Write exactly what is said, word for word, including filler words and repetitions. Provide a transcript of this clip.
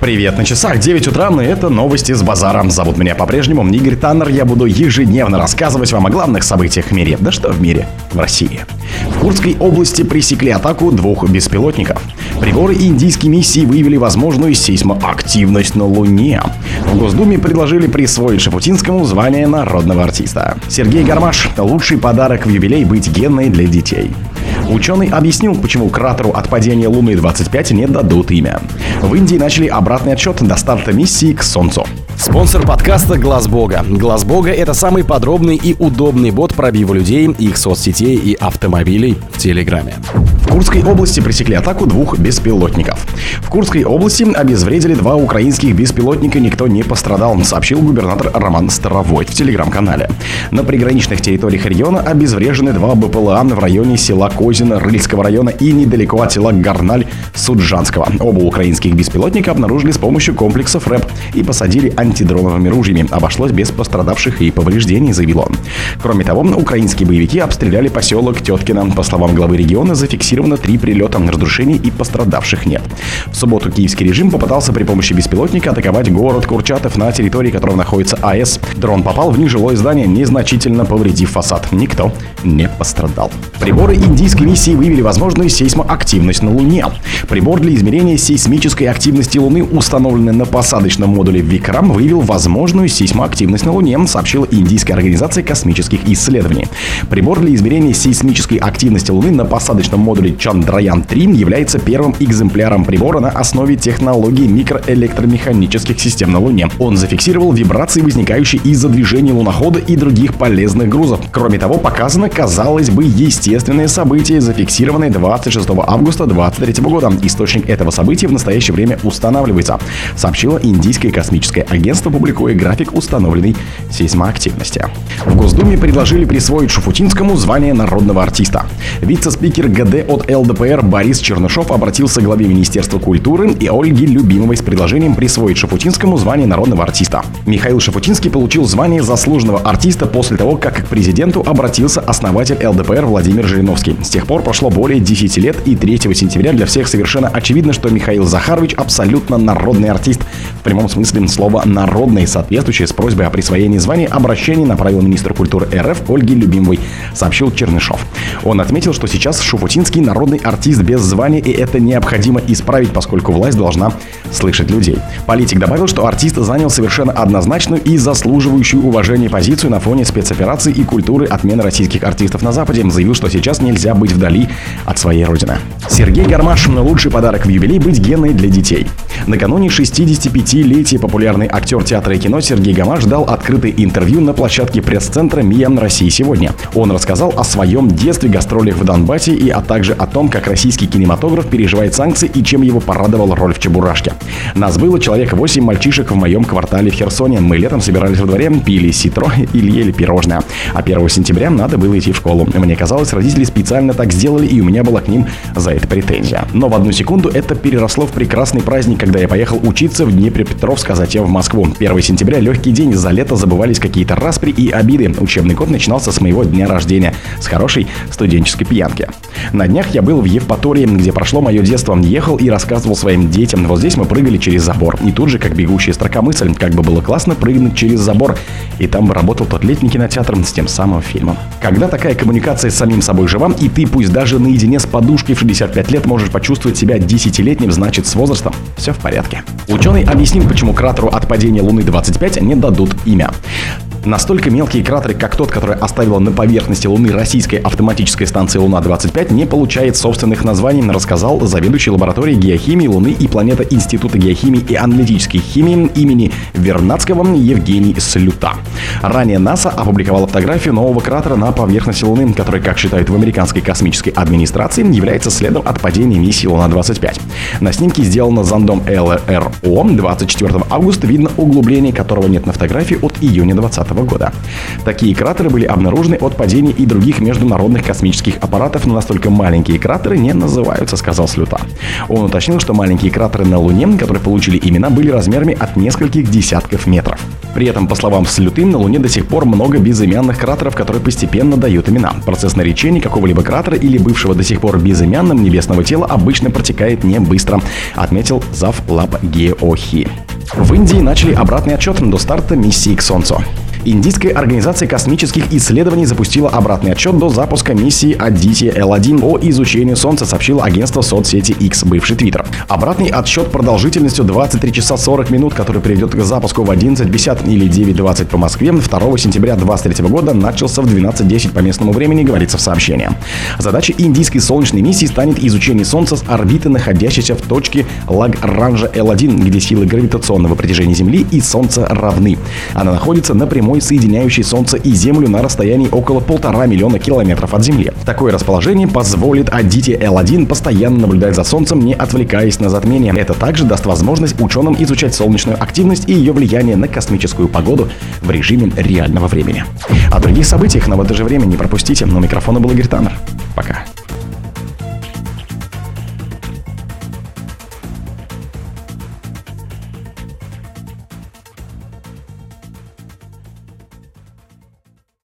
Привет, на часах девять утра, и это новости с базара. Зовут меня по-прежнему Игорь Таннер. Я буду ежедневно рассказывать вам о главных событиях в мире. Да что в мире? В России. В Курской области пресекли атаку двух беспилотников. Приборы индийской миссии выявили возможную сейсмоактивность на Луне. В Госдуме предложили присвоить Шафутинскому звание народного артиста. Сергей Гармаш. Лучший подарок в юбилей — быть генной для детей. Ученый объяснил, почему кратеру от падения Луны двадцать пять не дадут имя. В Индии начали обратный отсчет до старта миссии к Солнцу. Спонсор подкаста — Глаз Бога. Глаз Бога — это самый подробный и удобный бот пробива людей, их соцсетей и автомобилей в Телеграме. В Курской области пресекли атаку двух беспилотников. В Курской области обезвредили два украинских беспилотника, никто не пострадал, сообщил губернатор Роман Старовойт в Телеграм-канале. На приграничных территориях региона обезврежены два БПЛА в районе села Козино Рыльского района и недалеко от села Горналь Суджанского. Оба украинских беспилотника обнаружили с помощью комплексов РЭП и посадили антидроновыми ружьями. Обошлось без пострадавших и повреждений, заявил он. Кроме того, украинские боевики обстреляли поселок Теткино. По словам главы региона, зафиксировано три прилета, разрушений и пострадавших нет. В субботу киевский режим попытался при помощи беспилотника атаковать город Курчатов, на территории которого находится АЭС. Дрон попал в нежилое здание, незначительно повредив фасад. Никто не пострадал. Приборы индийской миссии выявили возможную сейсмоактивность на Луне. Прибор для измерения сейсмической активности Луны, установленный на посадочном модуле Викрам, выявил возможную сейсмоактивность на Луне, сообщила Индийская организация космических исследований. Прибор для измерения сейсмической активности Луны на посадочном модуле Чандраян три является первым экземпляром прибора на основе технологии микроэлектромеханических систем на Луне. Он зафиксировал вибрации, возникающие из-за движения лунохода и других полезных грузов. Кроме того, показано, казалось бы, естественное событие, зафиксированное двадцать шестого августа две тысячи двадцать третьего года. Источник этого события в настоящее время устанавливается, сообщило Индийское космическое агентство, публикуя график установленной сейсмоактивности. В Госдуме предложили присвоить Шафутинскому звание народного артиста. Вице-спикер ГД от ЛДПР Борис Чернышов обратился к главе Министерства культуры и Ольге Любимовой с предложением присвоить Шафутинскому звание народного артиста. Михаил Шафутинский получил звание заслуженного артиста после того, как к президенту обратился основатель ЛДПР Владимир Жириновский. С тех пор прошло более десяти лет, и третьего сентября для всех совершенно очевидно, что Михаил Захарович абсолютно народный артист. В прямом смысле слова «народный», соответствующее с просьбой о присвоении звания обращение направил министр культуры РФ Ольге Любимовой, сообщил Чернышов. Он отметил, что сейчас Шафутинский народный артист без звания, и это необходимо исправить, поскольку власть должна слышать людей. Политик добавил, что артист занял совершенно однозначную и заслуживающую уважения позицию на фоне спецопераций и культуры отмены российских артистов на Западе. Заявил, что сейчас нельзя быть вдали от своей родины. Сергей Гармаш. Лучший подарок в юбилей — быть генной для детей. Накануне шестидесятипятилетия популярный актер театра и кино Сергей Гармаш дал открытое интервью на площадке пресс-центра МИА России сегодня. Он рассказал о своем детстве, гастролях в Донбассе, и а также о том, как российский кинематограф переживает санкции и чем его порадовала роль в «Чебурашке». Нас было человек восемь мальчишек в моем квартале в Херсоне. Мы летом собирались во дворе, пили ситро и ели пирожное. А первого сентября надо было идти в школу. Мне казалось, родители специально так сделали, и у меня была к ним за это претензия. Но в одну секунду это переросло в прекрасный праздник, когда я поехал учиться в Днепропетровск, а затем в Москву. первого сентября — легкий день, за лето забывались какие-то распри и обиды. Учебный год начинался с моего дня рождения, с хорошей студенческой пьянки. На днях я был в Евпатории, где прошло мое детство. Ехал и рассказывал своим детям. Вот здесь мы прыгали через забор. И тут же, как бегущая строка мысль, как бы было классно прыгнуть через забор. И там бы работал тот летний кинотеатр с тем самым фильмом. Когда такая коммуникация с самим собой жива, и ты, пусть даже наедине с подушкой в шестьдесят пять лет, можешь почувствовать себя десятилетним, значит, с возрастом все в порядке. Ученый объяснил, почему кратеру от падения Луны двадцать пять не дадут имя. Настолько мелкие кратеры, как тот, который оставила на поверхности Луны российская автоматическая станция Луна-двадцать пять, не получает собственных названий, рассказал заведующий лабораторией геохимии Луны и планеты Института геохимии и аналитической химии имени Вернадского Евгений Слюта. Ранее НАСА опубликовала фотографию нового кратера на поверхности Луны, который, как считают в американской космической администрации, является следом от падения миссии Луна-двадцать пять. На снимке, сделано зондом эл эр о, двадцать четвёртого августа видно углубление, которого нет на фотографии от июня двадцатого двадцатого года. Такие кратеры были обнаружены от падений и других международных космических аппаратов, но настолько маленькие кратеры не называются, сказал Слюта. Он уточнил, что маленькие кратеры на Луне, которые получили имена, были размерами от нескольких десятков метров. При этом, по словам Слюты, на Луне до сих пор много безымянных кратеров, которые постепенно дают имена. Процесс наречения какого-либо кратера или бывшего до сих пор безымянным небесного тела обычно протекает не быстро, отметил зав. Лаб Геохи. В Индии начали обратный отчет до старта миссии к Солнцу. Индийская организация космических исследований запустила обратный отчет до запуска миссии Адитья Эл один по изучению Солнца, сообщило агентство соцсети X, бывший Twitter. Обратный отсчет продолжительностью двадцать три часа сорок минут, который приведет к запуску в одиннадцать пятьдесят или девять двадцать по Москве, второго сентября две тысячи двадцать третьего года начался в двенадцать десять по местному времени, говорится в сообщении. Задачей индийской солнечной миссии станет изучение Солнца с орбиты, находящейся в точке Лагранжа Эл один, где силы гравитационного притяжения Земли и Солнца равны. Она находится на прямой соединяющей Солнце и Землю на расстоянии около полтора миллиона километров от Земли. Такое расположение позволит Адитье Эл один постоянно наблюдать за Солнцем, не отвлекаясь на затмение. Это также даст возможность ученым изучать солнечную активность и ее влияние на космическую погоду в режиме реального времени. О других событиях, но в это же время не пропустите. Но у микрофона был Игорь Таннер. Пока.